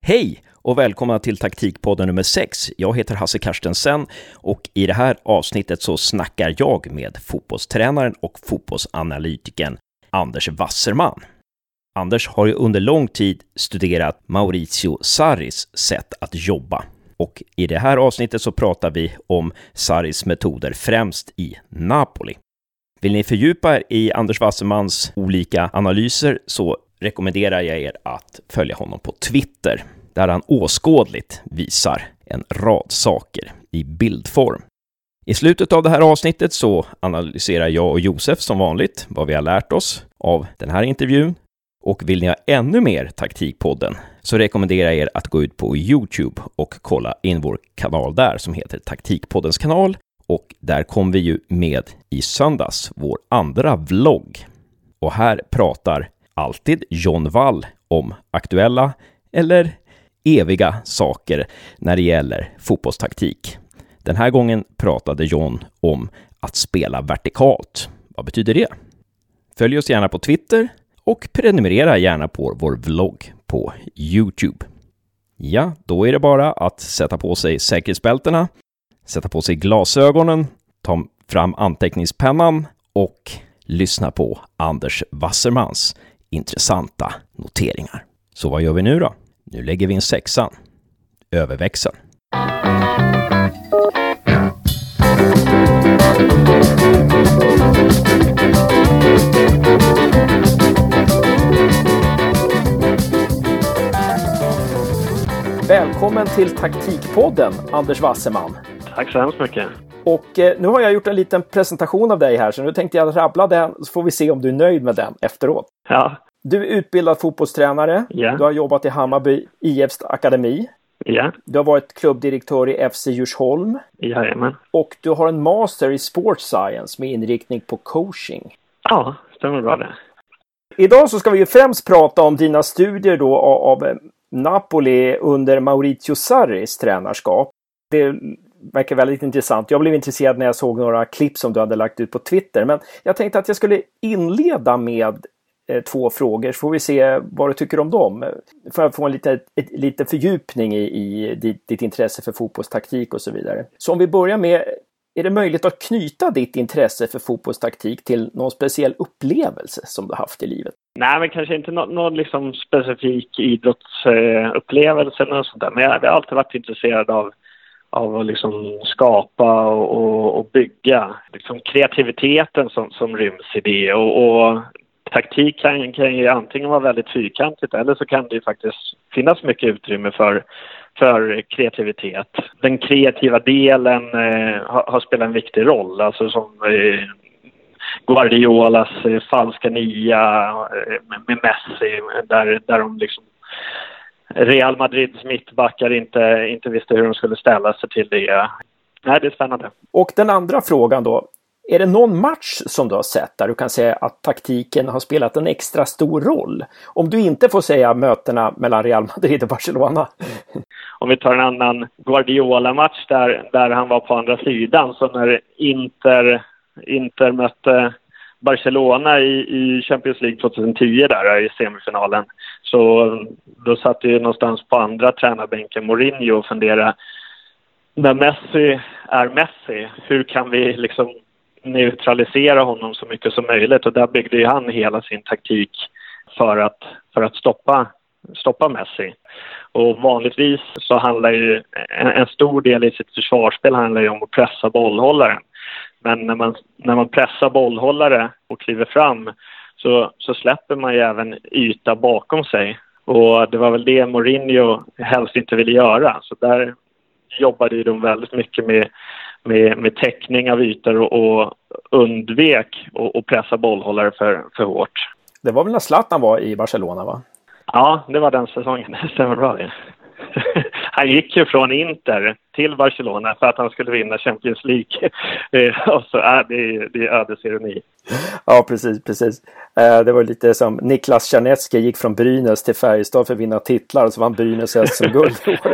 Hej och välkomna till taktikpodden nummer 6. Jag heter Hasse Karstensen och i det här avsnittet så snackar jag med fotbollstränaren och fotbollsanalytikern Anders Wasserman. Anders har ju under lång tid studerat Maurizio Sarris sätt att jobba. Och i det här avsnittet så pratar vi om Sarris metoder främst i Napoli. Vill ni fördjupa er i Anders Wassermans olika analyser så rekommenderar jag er att följa honom på Twitter, där han åskådligt visar en rad saker i bildform. I slutet av det här avsnittet så analyserar jag och Josef som vanligt vad vi har lärt oss av den här intervjun. Och vill ni ha ännu mer taktikpodden så rekommenderar jag er att gå ut på YouTube och kolla in vår kanal där som heter Taktikpoddens kanal. Och där kom vi ju med i söndags, vår andra vlogg. Och här pratar alltid John Wall om aktuella eller eviga saker när det gäller fotbollstaktik. Den här gången pratade John om att spela vertikalt. Vad betyder det? Följ oss gärna på Twitter och prenumerera gärna på vår vlogg på YouTube. Ja, då är det bara att sätta på sig säkerhetsbältena, sätta på sig glasögonen, ta fram anteckningspennan och lyssna på Anders Wassermans intressanta noteringar. Så vad gör vi nu då? Nu lägger vi in 6:an. Överväxeln. Välkommen till Taktikpodden, Anders Wasserman. Tack så hemskt mycket. Och nu har jag gjort en liten presentation av dig här, så nu tänkte jag rabbla den så får vi se om du är nöjd med den efteråt. Ja. Du är utbildad fotbollstränare. Ja. Du har jobbat i Hammarby IFs akademi. Ja. Du har varit klubbdirektör i FC Djursholm. Jajamän. Och du har en master i sports science med inriktning på coaching. Ja, stämmer bra det. Idag så ska vi ju främst prata om dina studier då av Napoli under Maurizio Sarris tränarskap. Det verkar väldigt intressant. Jag blev intresserad när jag såg några klipp som du hade lagt ut på Twitter. Men jag tänkte att jag skulle inleda med 2 frågor, så får vi se vad du tycker om dem. För att få en lite fördjupning i ditt intresse för fotbollstaktik och så vidare. Så om vi börjar med, är det möjligt att knyta ditt intresse för fotbollstaktik till någon speciell upplevelse som du haft i livet? Nej, men kanske inte någon liksom specifik idrottsupplevelse eller sånt där. Men jag har alltid varit intresserad av att liksom skapa och bygga. Liksom kreativiteten som ryms i det. Och taktik kan ju antingen vara väldigt fyrkantigt eller så kan det ju faktiskt finnas mycket utrymme för kreativitet. Den kreativa delen har spelat en viktig roll. Alltså som Guardiolas falska nia med Messi där de liksom Real Madrids mittbackar inte visste hur de skulle ställa sig till det. Nej, det är spännande. Och den andra frågan då. Är det någon match som du har sett där du kan säga att taktiken har spelat en extra stor roll? Om du inte får säga mötena mellan Real Madrid och Barcelona. Om vi tar en annan Guardiola-match där han var på andra sidan. Så när Inter mötte Barcelona i Champions League 2010 där i semifinalen. Så då satt ju någonstans på andra tränarbänken Mourinho och funderade. När Messi är Messi, hur kan vi liksom neutralisera honom så mycket som möjligt, och där byggde ju han hela sin taktik för att stoppa Messi. Och vanligtvis så handlar ju en stor del i sitt försvarsspel handlar ju om att pressa bollhållaren. Men när man pressar bollhållare och kliver fram så släpper man ju även yta bakom sig. Och det var väl det Mourinho helst inte ville göra. Så där jobbade ju de väldigt mycket med täckning av ytor och undvek och pressa bollhållare för hårt. Det var väl när Zlatan var i Barcelona, va? Ja, det var den säsongen. Det stämmer bra det. Han gick ju från Inter till Barcelona för att han skulle vinna Champions League. Och så det är ödesironi. Ja, precis. Det var lite som Niklas Czernetski gick från Brynäs till Färjestad för att vinna titlar, och så vann Brynäs SM-guld.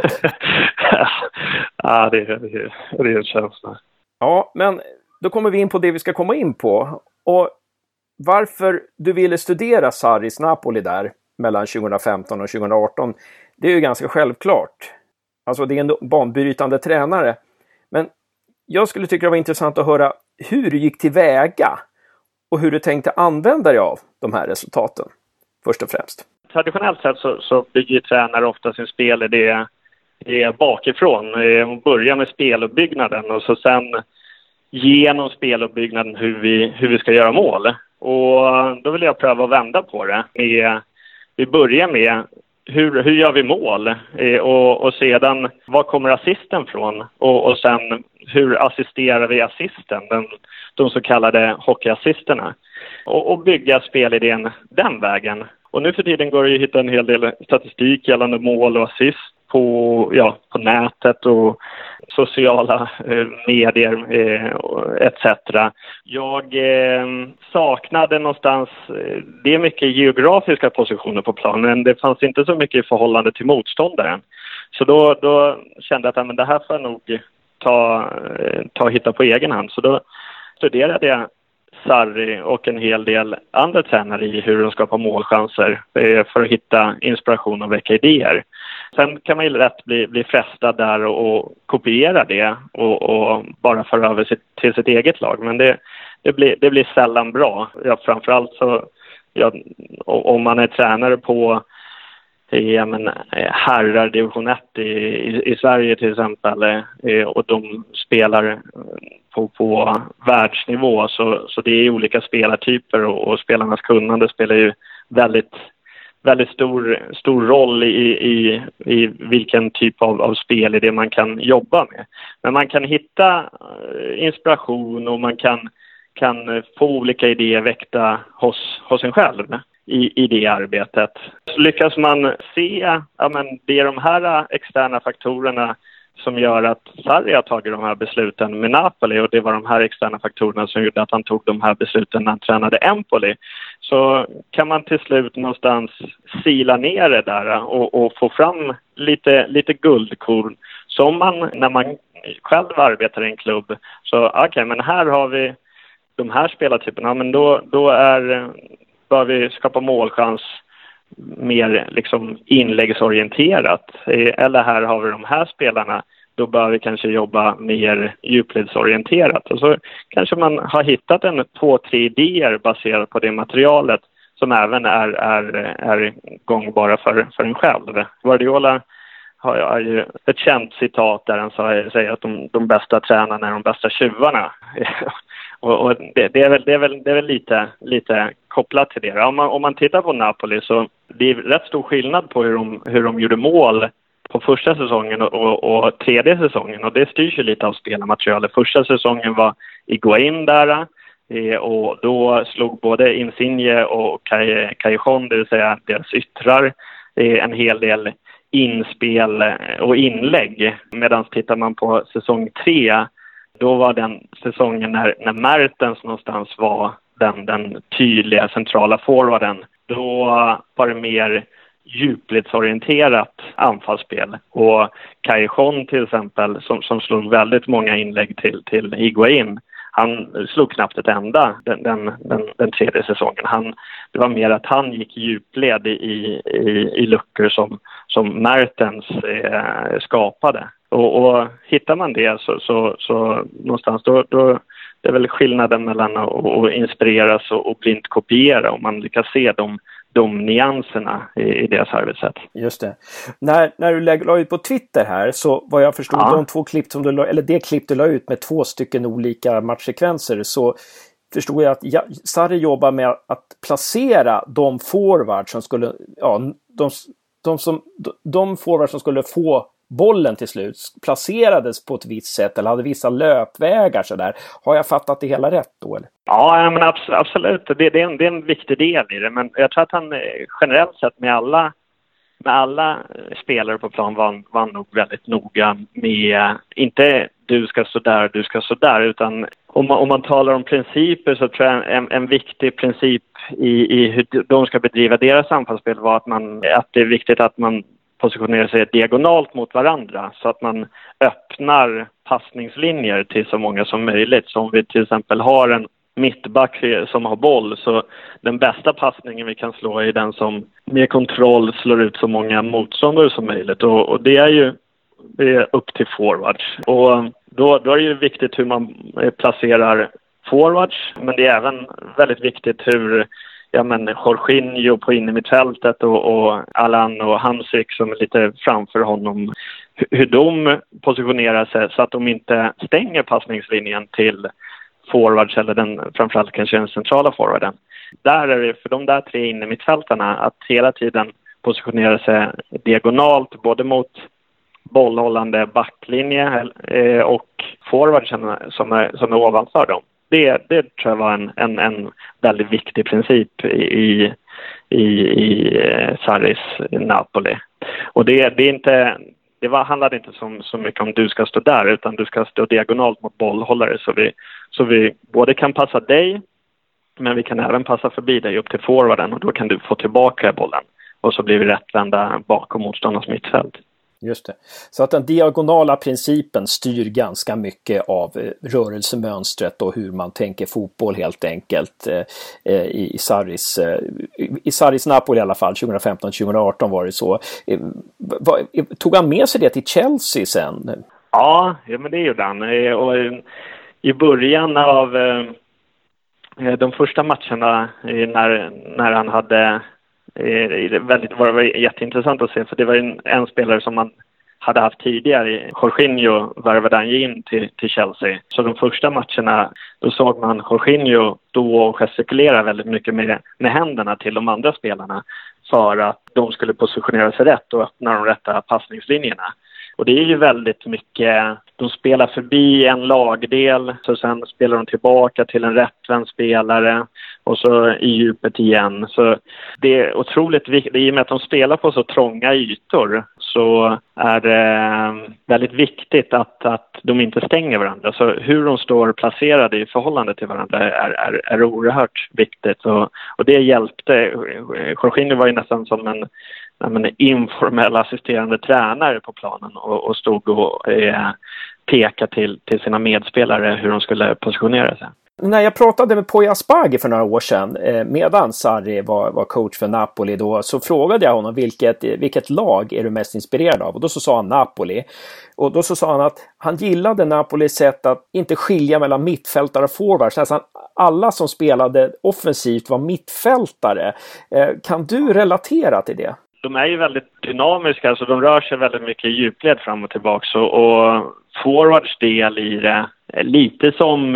Ja, det är en känsla. Ja, men då kommer vi in på det vi ska komma in på. Och varför du ville studera Sarris Napoli där mellan 2015 och 2018. det är ju ganska självklart. Alltså det är en banbrytande tränare. Men jag skulle tycka det var intressant att höra hur du gick tillväga och hur du tänkte använda dig av de här resultaten, först och främst. Traditionellt sett så bygger tränare ofta sin spelidé bakifrån. Börja med speluppbyggnaden och så sen genom speluppbyggnaden hur vi ska göra mål. Och då vill jag pröva att vända på det. Vi börjar med hur gör vi mål och sedan var kommer assisten från och sen hur assisterar vi assisten, de så kallade hockeyassisterna och bygga spelidén den vägen. Och nu för tiden går det ju att hitta en hel del statistik gällande mål och assist på nätet och sociala medier etc. Jag saknade någonstans, det är mycket geografiska positioner på planen, men det fanns inte så mycket i förhållande till motståndaren. Så då kände jag att det här får jag nog ta och hitta på egen hand. Så då studerade jag Sarri och en hel del andra tränare i hur de skapar målchanser för att hitta inspiration och väcka idéer. Sen kan man ju lätt bli frestad där och kopiera det och bara föra över till sitt eget lag. Men det blir sällan bra. Ja, framförallt så om man är tränare på herrar division 1 i Sverige till exempel och de spelar på världsnivå så det är olika spelartyper och spelarnas kunnande spelar ju väldigt stor roll i vilken typ av spel i det man kan jobba med. Men man kan hitta inspiration och man kan få olika idéer väckta hos en själv i det arbetet. Så lyckas man se det är de här externa faktorerna som gör att Sarri har tagit de här besluten med Napoli och det var de här externa faktorerna som gjorde att han tog de här besluten när han tränade Empoli. Så kan man till slut någonstans sila ner det där och få fram lite guldkorn som man, när man själv arbetar i en klubb, så okej, men här har vi de här spelartyperna, men då bör vi skapa målchans mer liksom inläggsorienterat. Eller här har vi de här spelarna, då bör vi kanske jobba mer djupledsorienterat. Och så kanske man har hittat 2-3 idéer baserat på det materialet som även är gångbara för en själv. Guardiola har ju ett känt citat där han säger att de bästa tränarna är de bästa tjuvarna. Och det är väl lite kopplat till det. Om man tittar på Napoli så det är rätt stor skillnad på hur de gjorde mål på första säsongen och tredje säsongen. Och det styrs ju lite av spelarmaterialet. Första säsongen var Higuaín där och då slog både Insigne och Callejon, det vill säga deras yttrar, en hel del inspel och inlägg. Medan tittar man på säsong 3, då var den säsongen när Mertens någonstans var den tydliga centrala forwarden. Då var det mer djupledsorienterat anfallsspel. Och Callejon till exempel, som slog väldigt många inlägg till Higuaín, han slog knappt ett enda den tredje säsongen. Det var mer att han gick djupled i luckor som Mertens skapade. Och hittar man det så någonstans då det är väl skillnaden mellan att inspireras och blint kopiera, om man lyckas se de nyanserna i deras arbetssätt. Just det. När du la ut på Twitter här, så vad jag förstod, de 2 klipp som det klipp du la ut med 2 stycken olika matchsekvenser, så förstod jag att Sarri jobbar med att placera de forwards som skulle de forwards som skulle få bollen till slut placerades på ett visst sätt eller hade vissa löpvägar så där. Har jag fattat det hela rätt då eller? Ja, men absolut. Det är en viktig del i det, men jag tror att han generellt sett med alla spelare på plan var nog väldigt noga med, inte du ska så där, utan om man talar om principer, så tror jag en viktig princip i hur de ska bedriva deras anfallsspel var att det är viktigt att man positionerar sig diagonalt mot varandra, så att man öppnar passningslinjer till så många som möjligt. Så om vi till exempel har mittback som har boll, så den bästa passningen vi kan slå är den som med kontroll slår ut så många motståndare som möjligt, och det är upp till forwards. Och då är det ju viktigt hur man placerar forwards, men det är även väldigt viktigt hur Jorginho på innermittfältet och Allan och Hamsik som är lite framför honom, hur de positionerar sig så att de inte stänger passningslinjen till forwards eller framförallt kanske den centrala forwarden. Där är det för de där 3 innermittfältarna att hela tiden positionera sig diagonalt både mot bollhållande backlinje och forwardsen som är ovanför dem. Det tror jag var en väldigt viktig princip i Sarris Napoli. Och det handlade inte så mycket om du ska stå där, utan du ska stå diagonalt mot bollhållare så vi både kan passa dig, men vi kan även passa förbi dig upp till forwarden, och då kan du få tillbaka bollen och så blir vi rättvända bakom motståndarnas mittfält. Just det. Så att den diagonala principen styr ganska mycket av rörelsemönstret och hur man tänker fotboll helt enkelt i Sarris Napoli i alla fall. 2015-2018 var det så. Tog han med sig det till Chelsea sen? Ja, men det gjorde han. Och i början av de första matcherna när han hade var jätteintressant att se, för det var en spelare som man hade haft tidigare. Jorginho värvade han in till Chelsea. Så de första matcherna då såg man Jorginho då gestikulera väldigt mycket med händerna till de andra spelarna för att de skulle positionera sig rätt och öppna de rätta passningslinjerna. Och det är ju väldigt mycket, de spelar förbi en lagdel, så sen spelar de tillbaka till en rättvänd spelare och så i djupet igen. Så det är otroligt viktigt, i och med att de spelar på så trånga ytor så är det väldigt viktigt att de inte stänger varandra. Så hur de står placerade i förhållande till varandra är oerhört viktigt. Och det hjälpte. Jorginho var ju nästan som en informell assisterande tränare på planen och stod och pekade till sina medspelare hur de skulle positionera sig. När jag pratade med Poya Asbaghi för några år sedan, medan Sarri var coach för Napoli då, så frågade jag honom vilket lag är du mest inspirerad av? Och då så sa han Napoli. Och då så sa han att han gillade Napolis sätt att inte skilja mellan mittfältare och forwards. Nästan alla som spelade offensivt var mittfältare. Kan du relatera till det? De är ju väldigt dynamiska, så de rör sig väldigt mycket i djupled fram och tillbaka. Och forwards del i det, lite som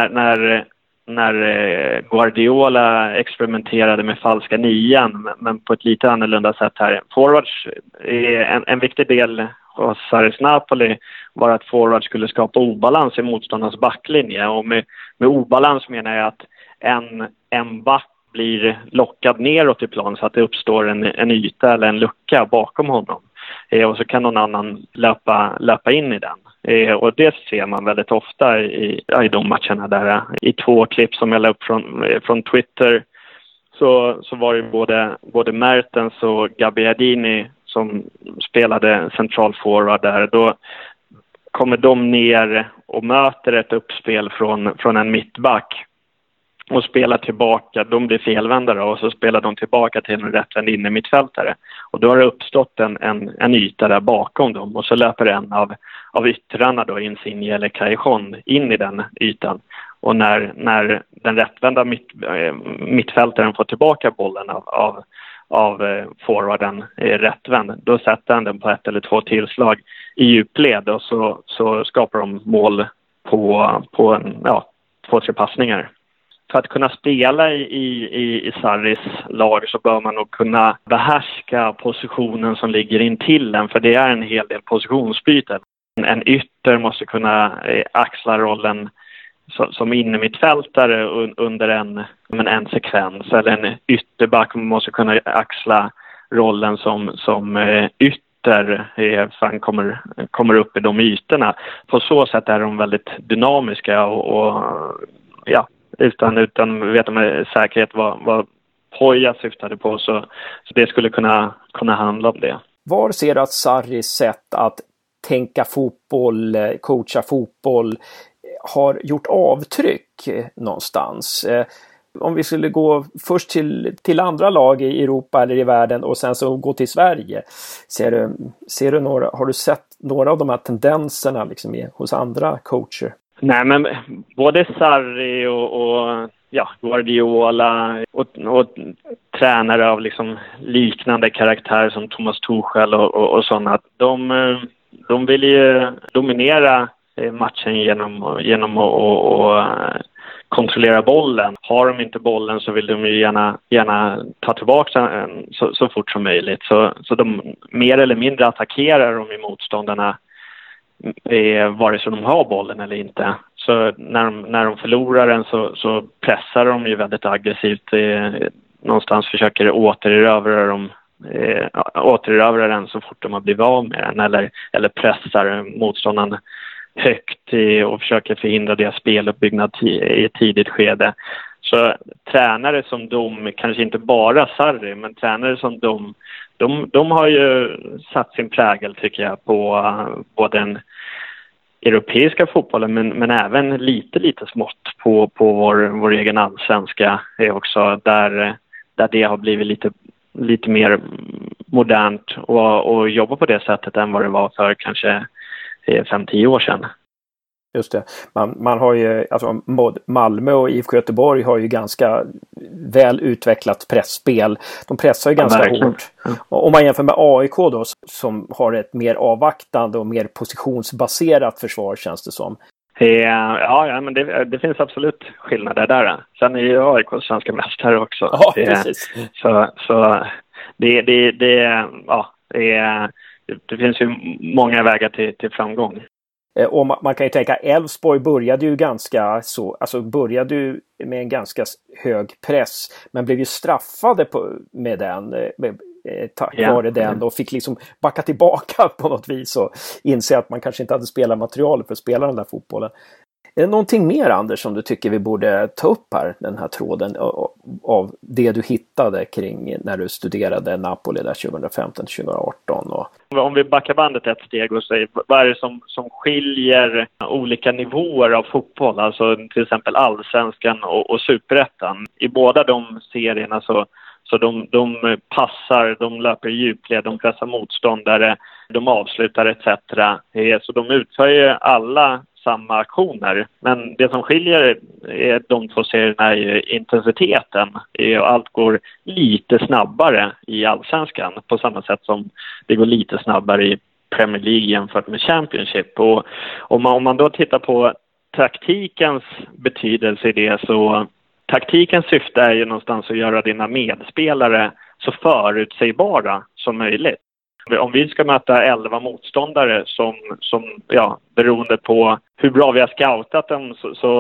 när Guardiola experimenterade med falska nian, men på ett lite annorlunda sätt här. Forwards är en viktig del av Sarris Napoli var att forwards skulle skapa obalans i motståndarnas backlinje. Och med obalans menar jag att en back blir lockad neråt i plan så att det uppstår en yta eller en lucka bakom honom. Och så kan någon annan löpa in i den. Och det ser man väldigt ofta i de matcherna där. I 2 klipp som jag la upp från Twitter så var det både Mertens och Gabbiadini som spelade central forward där. Då kommer de ner och möter ett uppspel från en mittback och spelar tillbaka. De blir felvändare och så spelar de tillbaka till en rättvänd innermittfältare. Och då har det uppstått en yta där bakom dem. Och så löper en av yttrarna då, Insigne eller Callejon, in i den ytan. Och när den rättvända mittfältaren får tillbaka bollen av forwarden rättvänd, då sätter han den på 1 eller 2 tillslag i djupled och så skapar de mål på 2-3 passningar. För att kunna spela i Sarris lag så bör man nog kunna behärska positionen som ligger intill en, för det är en hel del positionsbyten. En ytter måste kunna axla rollen som innermittfältare under en sekvens, eller en ytterback måste kunna axla rollen som ytter för han kommer upp i de ytorna. På så sätt är de väldigt dynamiska och utan veta med säkerhet vad Poya syftade på, så det skulle kunna handla om det. Var ser du att Sarris sätt att tänka fotboll, coacha fotboll har gjort avtryck någonstans. Om vi skulle gå först till andra lag i Europa eller i världen och sen så gå till Sverige. Ser du har du sett några av de här tendenserna liksom hos andra coacher? Nej, men både Sarri och Guardiola och tränare av liksom liknande karaktär som Thomas Tuchel och sådana, de vill ju dominera matchen genom att kontrollera bollen. Har de inte bollen så vill de ju gärna ta tillbaka den så fort som möjligt. Så de mer eller mindre attackerar de i motståndarna vare sig de har bollen eller inte. Så när de förlorar den så pressar de ju väldigt aggressivt. Någonstans försöker återerövra den så fort de har blivit av med den. Eller pressar motståndaren högt och försöker förhindra deras speluppbyggnad i ett tidigt skede. Så tränare som de, kanske inte bara Sarri, men tränare som de har ju satt sin prägel, tycker jag, på både den europeiska fotbollen men även lite smått på vår egen allsvenska är också där det har blivit lite mer modernt och jobba på det sättet än vad det var för kanske 5-10 år sedan. Just det. Man har ju, alltså Malmö och IFK Göteborg har ju ganska väl utvecklat pressspel. De pressar ju ganska hårt. Om man jämför med AIK då, som har ett mer avvaktande och mer positionsbaserat försvar, känns det som. Ja, men det finns absolut skillnader där. Sen är ju AIK svenska mästare också. Ja, precis. Så det finns ju många vägar till framgång. Och man kan ju tänka, Elfsborg började ju började med en ganska hög press, men blev ju straffade med den tack vare den och fick liksom backa tillbaka på något vis och inse att man kanske inte hade spelarmaterial för att spela den där fotbollen. Är det någonting mer, Anders, som du tycker vi borde ta upp här, den här tråden av det du hittade kring när du studerade Napoli där 2015-2018? Om vi backar bandet ett steg och säger, vad är det som skiljer olika nivåer av fotboll? Alltså till exempel allsvenskan och superettan. I båda de serierna så de passar, de löper i djupled, de pressar motståndare, de avslutar etc. Så de utför ju alla samma aktioner. Men det som skiljer de två serierna är ju intensiteten. Allt går lite snabbare i allsvenskan på samma sätt som det går lite snabbare i Premier League jämfört med Championship. Och om man då tittar på taktikens betydelse i det, så taktikens syfte är ju någonstans att göra dina medspelare så förutsägbara som möjligt. Om vi ska möta 11 motståndare som beroende på hur bra vi har scoutat dem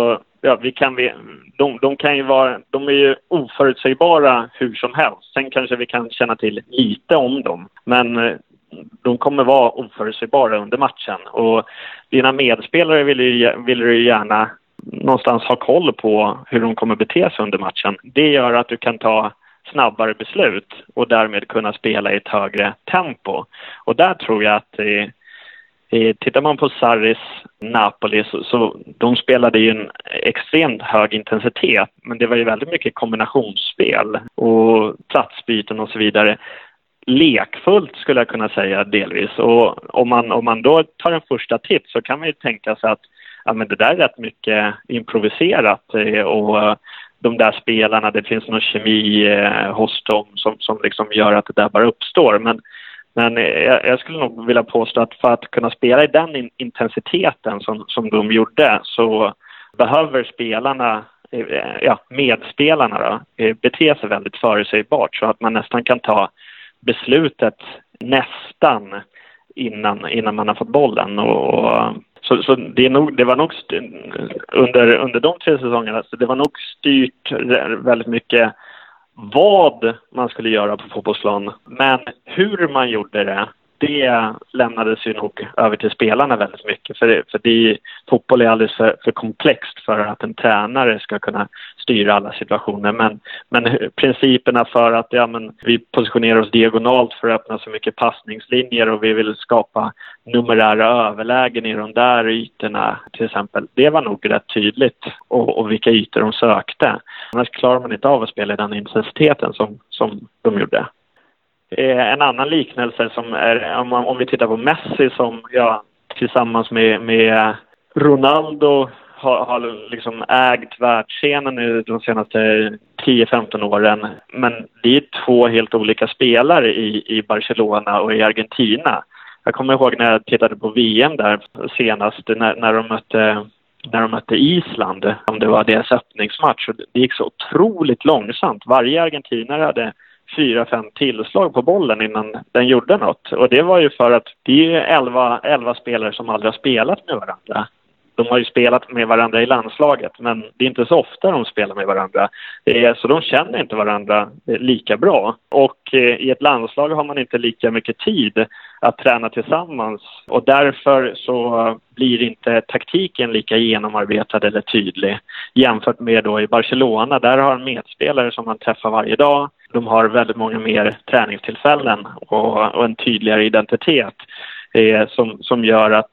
de är ju oförutsägbara hur som helst. Sen kanske vi kan känna till lite om dem, men de kommer vara oförutsägbara under matchen. Och dina medspelare vill du gärna någonstans ha koll på hur de kommer bete sig under matchen. Det gör att du kan ta snabbare beslut och därmed kunna spela i ett högre tempo. Och där tror jag att tittar man på Sarris Napoli så de spelade ju en extremt hög intensitet, men det var ju väldigt mycket kombinationsspel och platsbyten och så vidare. Lekfullt skulle jag kunna säga delvis. Och om man då tar en första titt så kan man ju tänka sig att men det där är rätt mycket improviserat och de där spelarna, det finns någon kemi hos dem som liksom gör att det där bara uppstår. Men jag skulle nog vilja påstå att för att kunna spela i den intensiteten som de gjorde så behöver medspelarna bete sig väldigt förutsägbart så att man nästan kan ta beslutet nästan innan man har fått bollen. Så det var nog under de 3 säsongerna, så det var nog styrt väldigt mycket vad man skulle göra på fotbollsplan. Men hur man gjorde det lämnades ju nog över till spelarna väldigt mycket. För fotboll är alldeles för komplext för att en tränare ska kunna styra alla situationer. Men principerna för att vi positionerar oss diagonalt för att öppna så mycket passningslinjer och vi vill skapa numerära överlägen i de där ytorna till exempel. Det var nog rätt tydligt och vilka ytor de sökte. Annars klarar man inte av att spela i den intensiteten som de gjorde. En annan liknelse som är, om vi tittar på Messi som tillsammans med Ronaldo har liksom ägt världsscenen nu de senaste 10-15 åren. Men det är två helt olika spelare i Barcelona och i Argentina. Jag kommer ihåg när jag tittade på VM där senast när de mötte Island, om det var deras öppningsmatch. Och det gick så otroligt långsamt. Varje argentinare hade 4-5 tillslag på bollen innan den gjorde något. Och det var ju för att det är 11 spelare som aldrig har spelat med varandra. De har ju spelat med varandra i landslaget, men det är inte så ofta de spelar med varandra. Så de känner inte varandra lika bra. Och i ett landslag har man inte lika mycket tid att träna tillsammans. Och därför så blir inte taktiken lika genomarbetad eller tydlig. Jämfört med då i Barcelona, där har en medspelare som man träffar varje dag. De har väldigt många mer träningstillfällen och en tydligare identitet som gör att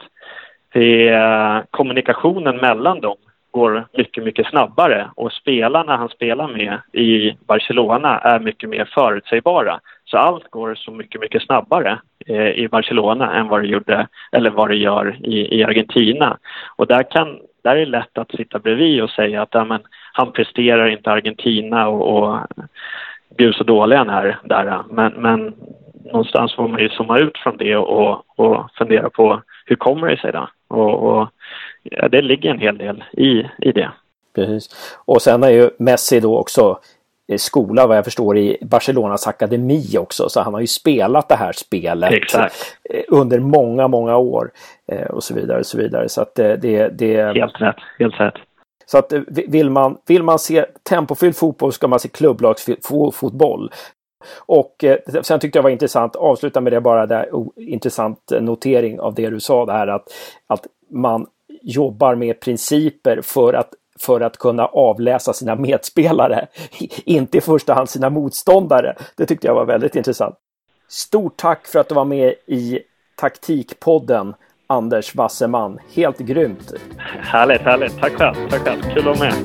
kommunikationen mellan dem går mycket, mycket snabbare. Och spelarna han spelar med i Barcelona är mycket mer förutsägbara. Så allt går så mycket, mycket snabbare i Barcelona än vad det gör i Argentina. Och där är det lätt att sitta bredvid och säga att han presterar inte Argentina och gud så dålig han är där. Men någonstans får man ju zooma ut från det och fundera på hur kommer det sig då? Och det ligger en hel del i det. Precis. Och sen är ju Messi då också skola vad jag förstår i Barcelonas akademi också. Så han har ju spelat det här spelet under många, många år och så vidare. Och så vidare. Så att det Helt rätt. Så att vill man se tempofylld fotboll ska man se klubblagsfotboll. Och sen tyckte jag var intressant, avsluta med det bara där, intressant notering av det du sa där att man jobbar med principer för att kunna avläsa sina medspelare, inte i första hand sina motståndare. Det tyckte jag var väldigt intressant. Stort tack för att du var med i Taktikpodden, Anders Wasserman. Helt grymt. Härligt. Tack själv. Kul att vara med.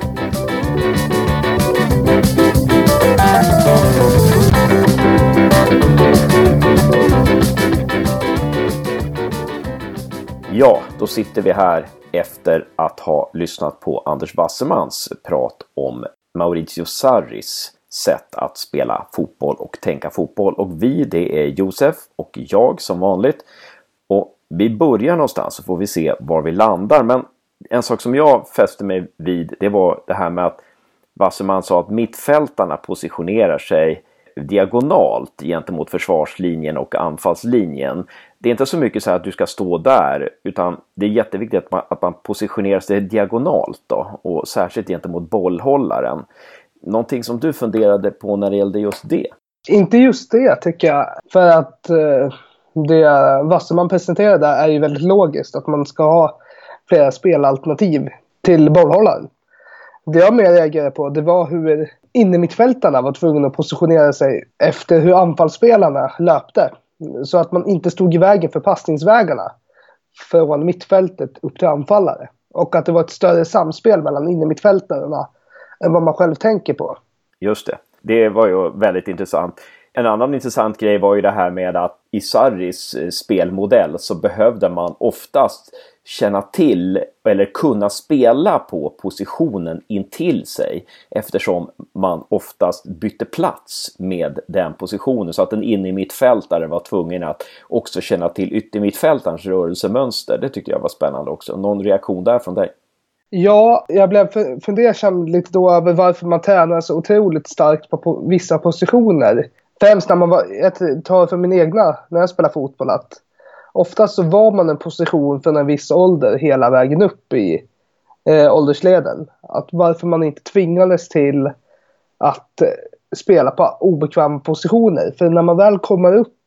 Ja, då sitter vi här efter att ha lyssnat på Anders Wassermans prat om Maurizio Sarris sätt att spela fotboll och tänka fotboll. Och det är Josef och jag som vanligt. Och vi börjar någonstans så får vi se var vi landar. Men en sak som jag fäste mig vid, det var det här med att Wasserman sa att mittfältarna positionerar sig diagonalt gentemot försvarslinjen och anfallslinjen. Det är inte så mycket så här att du ska stå där, utan det är jätteviktigt att man positionerar sig diagonalt då, och särskilt gentemot bollhållaren. Någonting som du funderade på när det gällde just det? Inte just det tycker jag, för att det Wasserman presenterade är ju väldigt logiskt, att man ska ha flera spelalternativ till bollhållaren. Det jag mer reagerade på, det var hur innermittfältarna var tvungna att positionera sig efter hur anfallsspelarna löpte. Så att man inte stod i vägen för passningsvägarna från mittfältet upp till anfallare. Och att det var ett större samspel mellan innermittfältarna än vad man själv tänker på. Just det. Det var ju väldigt intressant. En annan intressant grej var ju det här med att i Sarris spelmodell så behövde man oftast känna till eller kunna spela på positionen intill sig, eftersom man oftast bytte plats med den positionen, så att en innermittfältare var tvungen att också känna till yttermittfältarens rörelsemönster. Det tyckte jag var spännande också. Någon reaktion där från dig? Ja, jag blev fundersam lite då över varför man tränar så otroligt starkt på vissa positioner. Främst när jag tar för min egna, när jag spelar fotboll, att oftast så var man en position från en viss ålder hela vägen upp i åldersleden. Att varför man inte tvingades till att spela på obekväma positioner. För när man väl kommer upp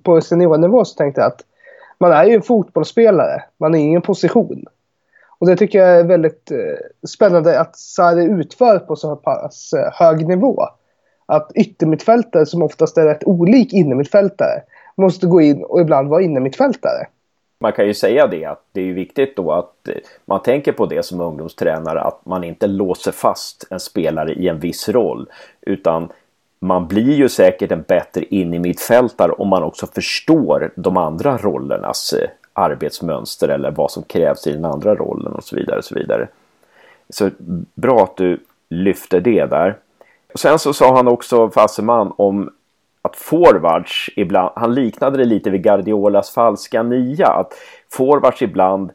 på seniornivå så tänkte jag att man är ju en fotbollsspelare. Man är ingen position. Och det tycker jag är väldigt spännande att Sarri utför på så pass hög nivå. Att yttermittfältare som oftast är rätt olik innermittfältare måste gå in och ibland vara innermittfältare. Man kan ju säga det att det är viktigt då att man tänker på det som ungdomstränare, att man inte låser fast en spelare i en viss roll, utan man blir ju säkert en bättre innermittfältare om man också förstår de andra rollernas arbetsmönster eller vad som krävs i den andra rollen och så vidare och så vidare. Så bra att du lyfter det där. Och sen så sa han också, Wasserman, om att forwards ibland, han liknade det lite vid Guardiolas falska nia, att forwards ibland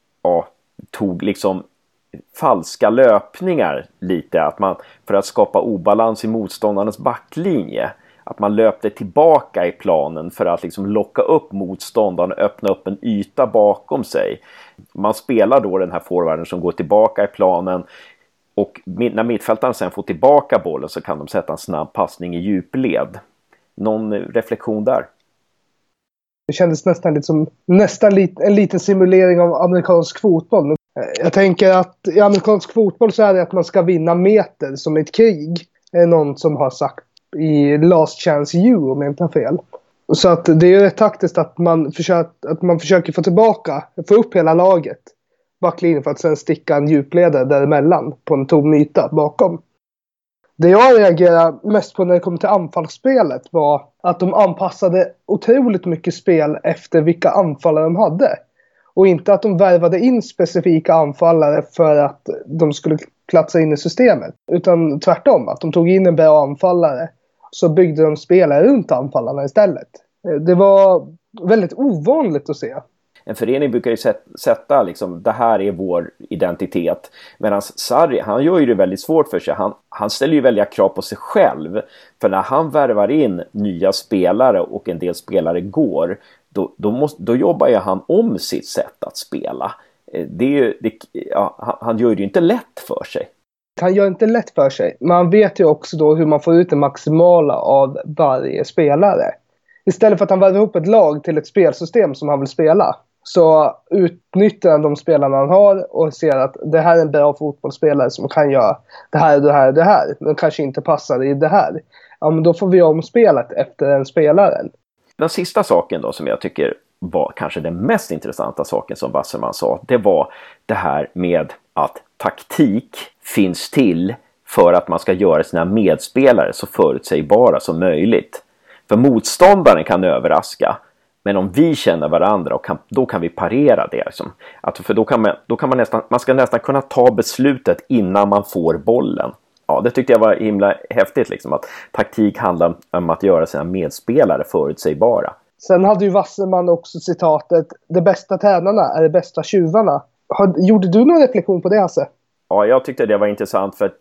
tog liksom falska löpningar lite, att man för att skapa obalans i motståndarens backlinje, att man löpte tillbaka i planen för att liksom locka upp motståndaren och öppna upp en yta bakom sig. Man spelar då den här forwarden som går tillbaka i planen, och när mittfältaren sen får tillbaka bollen så kan de sätta en snabb passning i djupled. Någon reflektion där? Det kändes nästan en liten simulering av amerikansk fotboll. Jag tänker att i amerikansk fotboll så är det att man ska vinna meter som ett krig. Det är någon som har sagt i Last Chance U, om jag inte har fel. Så att det är rätt taktiskt att man försöker få upp hela laget backlinjen för att sen sticka en djupledare däremellan på en tom yta bakom. Det jag reagerar mest på när det kommer till anfallsspelet var att de anpassade otroligt mycket spel efter vilka anfallare de hade. Och inte att de värvade in specifika anfallare för att de skulle platsa in i systemet. Utan tvärtom, att de tog in en bra anfallare så byggde de spelare runt anfallarna istället. Det var väldigt ovanligt att se. En förening brukar ju sätta liksom, det här är vår identitet. Medan Sarri, han gör ju det väldigt svårt för sig. Han ställer ju väldiga krav på sig själv. För när han värvar in nya spelare och en del spelare går, då jobbar ju han om sitt sätt att spela. Han gör det ju inte lätt för sig. Han gör inte lätt för sig. Men han vet ju också då hur man får ut det maximala av varje spelare. Istället för att han värvar ihop ett lag till ett spelsystem som han vill spela, så utnyttjar han de spelarna han har och ser att det här är en bra fotbollsspelare som kan göra det här och det här och det här. Men kanske inte passar i det här. Ja, men då får vi om spelet efter den spelaren. Den sista saken då som jag tycker var kanske den mest intressanta saken som Wasserman sa, det var det här med att taktik finns till för att man ska göra sina medspelare så förutsägbara som möjligt. För motståndaren kan överraska, men om vi känner varandra då kan vi parera det. Liksom. För då kan man ska nästan kunna ta beslutet innan man får bollen. Ja, det tyckte jag var himla häftigt. Liksom, att taktik handlar om att göra sina medspelare förutsägbara. Sen hade ju Wasserman också citatet: de bästa tränarna är de bästa tjuvarna. Gjorde du någon reflektion på det, Hasse? Ja, jag tyckte det var intressant, för att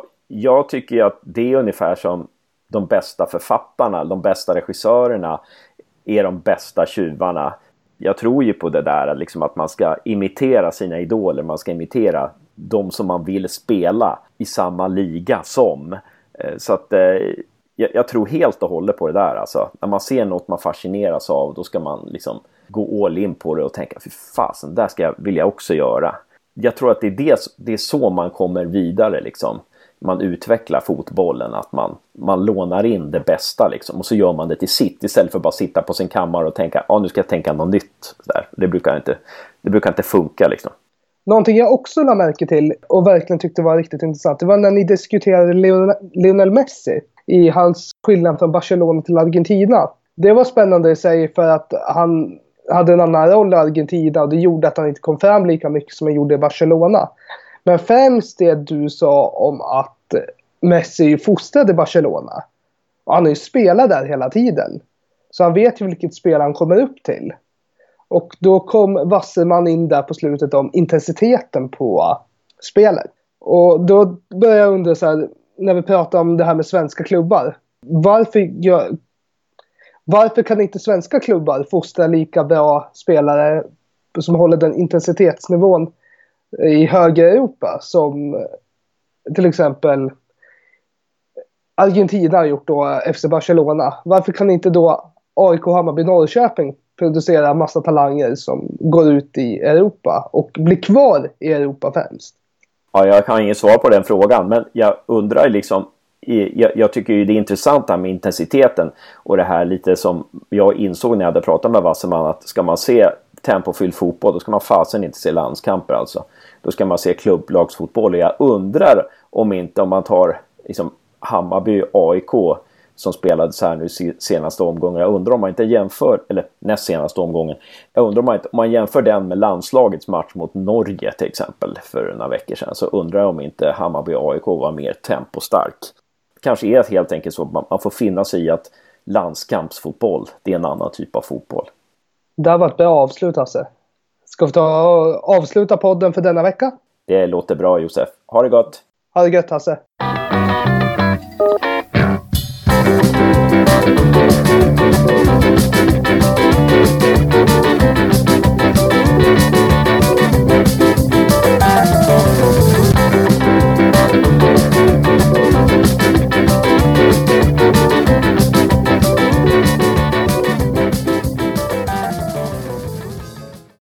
jag tycker att det är ungefär som de bästa författarna, de bästa regissörerna är de bästa tjuvarna. Jag tror ju på det där liksom, att man ska imitera sina idoler, man ska imitera de som man vill spela i samma liga som. Så att jag tror helt och hållet på det där. Alltså, när man ser något man fascineras av, då ska man liksom gå all in på det och tänka, fy fasen, där vill jag också göra. Jag tror att det är så man kommer vidare liksom. Man utvecklar fotbollen, att man lånar in det bästa liksom, och så gör man det till sitt istället för att bara sitta på sin kammare och tänka, nu ska jag tänka något nytt där. Det brukar inte funka liksom. Någonting jag också lade märke till och verkligen tyckte var riktigt intressant, det var när ni diskuterade Lionel Messi i hans skillnad från Barcelona till Argentina. Det var spännande i sig för att han hade en annan roll i Argentina och det gjorde att han inte kom fram lika mycket som han gjorde i Barcelona. Men främst det du sa om att Messi fostrade Barcelona. Och han har ju spelat där hela tiden. Så han vet ju vilket spel han kommer upp till. Och då kom Wasserman in där på slutet om intensiteten på spelet. Och då börjar jag undra så här, när vi pratar om det här med svenska klubbar. Varför kan inte svenska klubbar fostra lika bra spelare som håller den intensitetsnivån i högre Europa som till exempel Argentina har gjort då FC Barcelona? Varför kan inte då AIK, Hammarby, Norrköping producerar massa talanger som går ut i Europa och blir kvar i Europa främst? Ja, jag har inget svar på den frågan, men jag undrar liksom, jag tycker ju det är intressant här med intensiteten och det här lite som jag insåg när jag hade pratat med Wasserman, att ska man se tempofylld fotboll, då ska man fasen inte se landskamper alltså. Då ska man se klubblagsfotboll, och jag undrar om inte, om man tar liksom Hammarby, AIK som spelades här nu senaste omgången, jag undrar om man inte jämför, eller näst senaste omgången, jag undrar om man jämför den med landslagets match mot Norge till exempel för några veckor sedan, så undrar jag om inte Hammarby och AIK var mer tempostark. Kanske är det helt enkelt så att man får finna sig i att landskampsfotboll, det är en annan typ av fotboll. Det har varit bra avslut, Hasse. Ska vi ta och avsluta podden för denna vecka? Det låter bra, Josef. Ha det gott! Ha det gött, Hasse!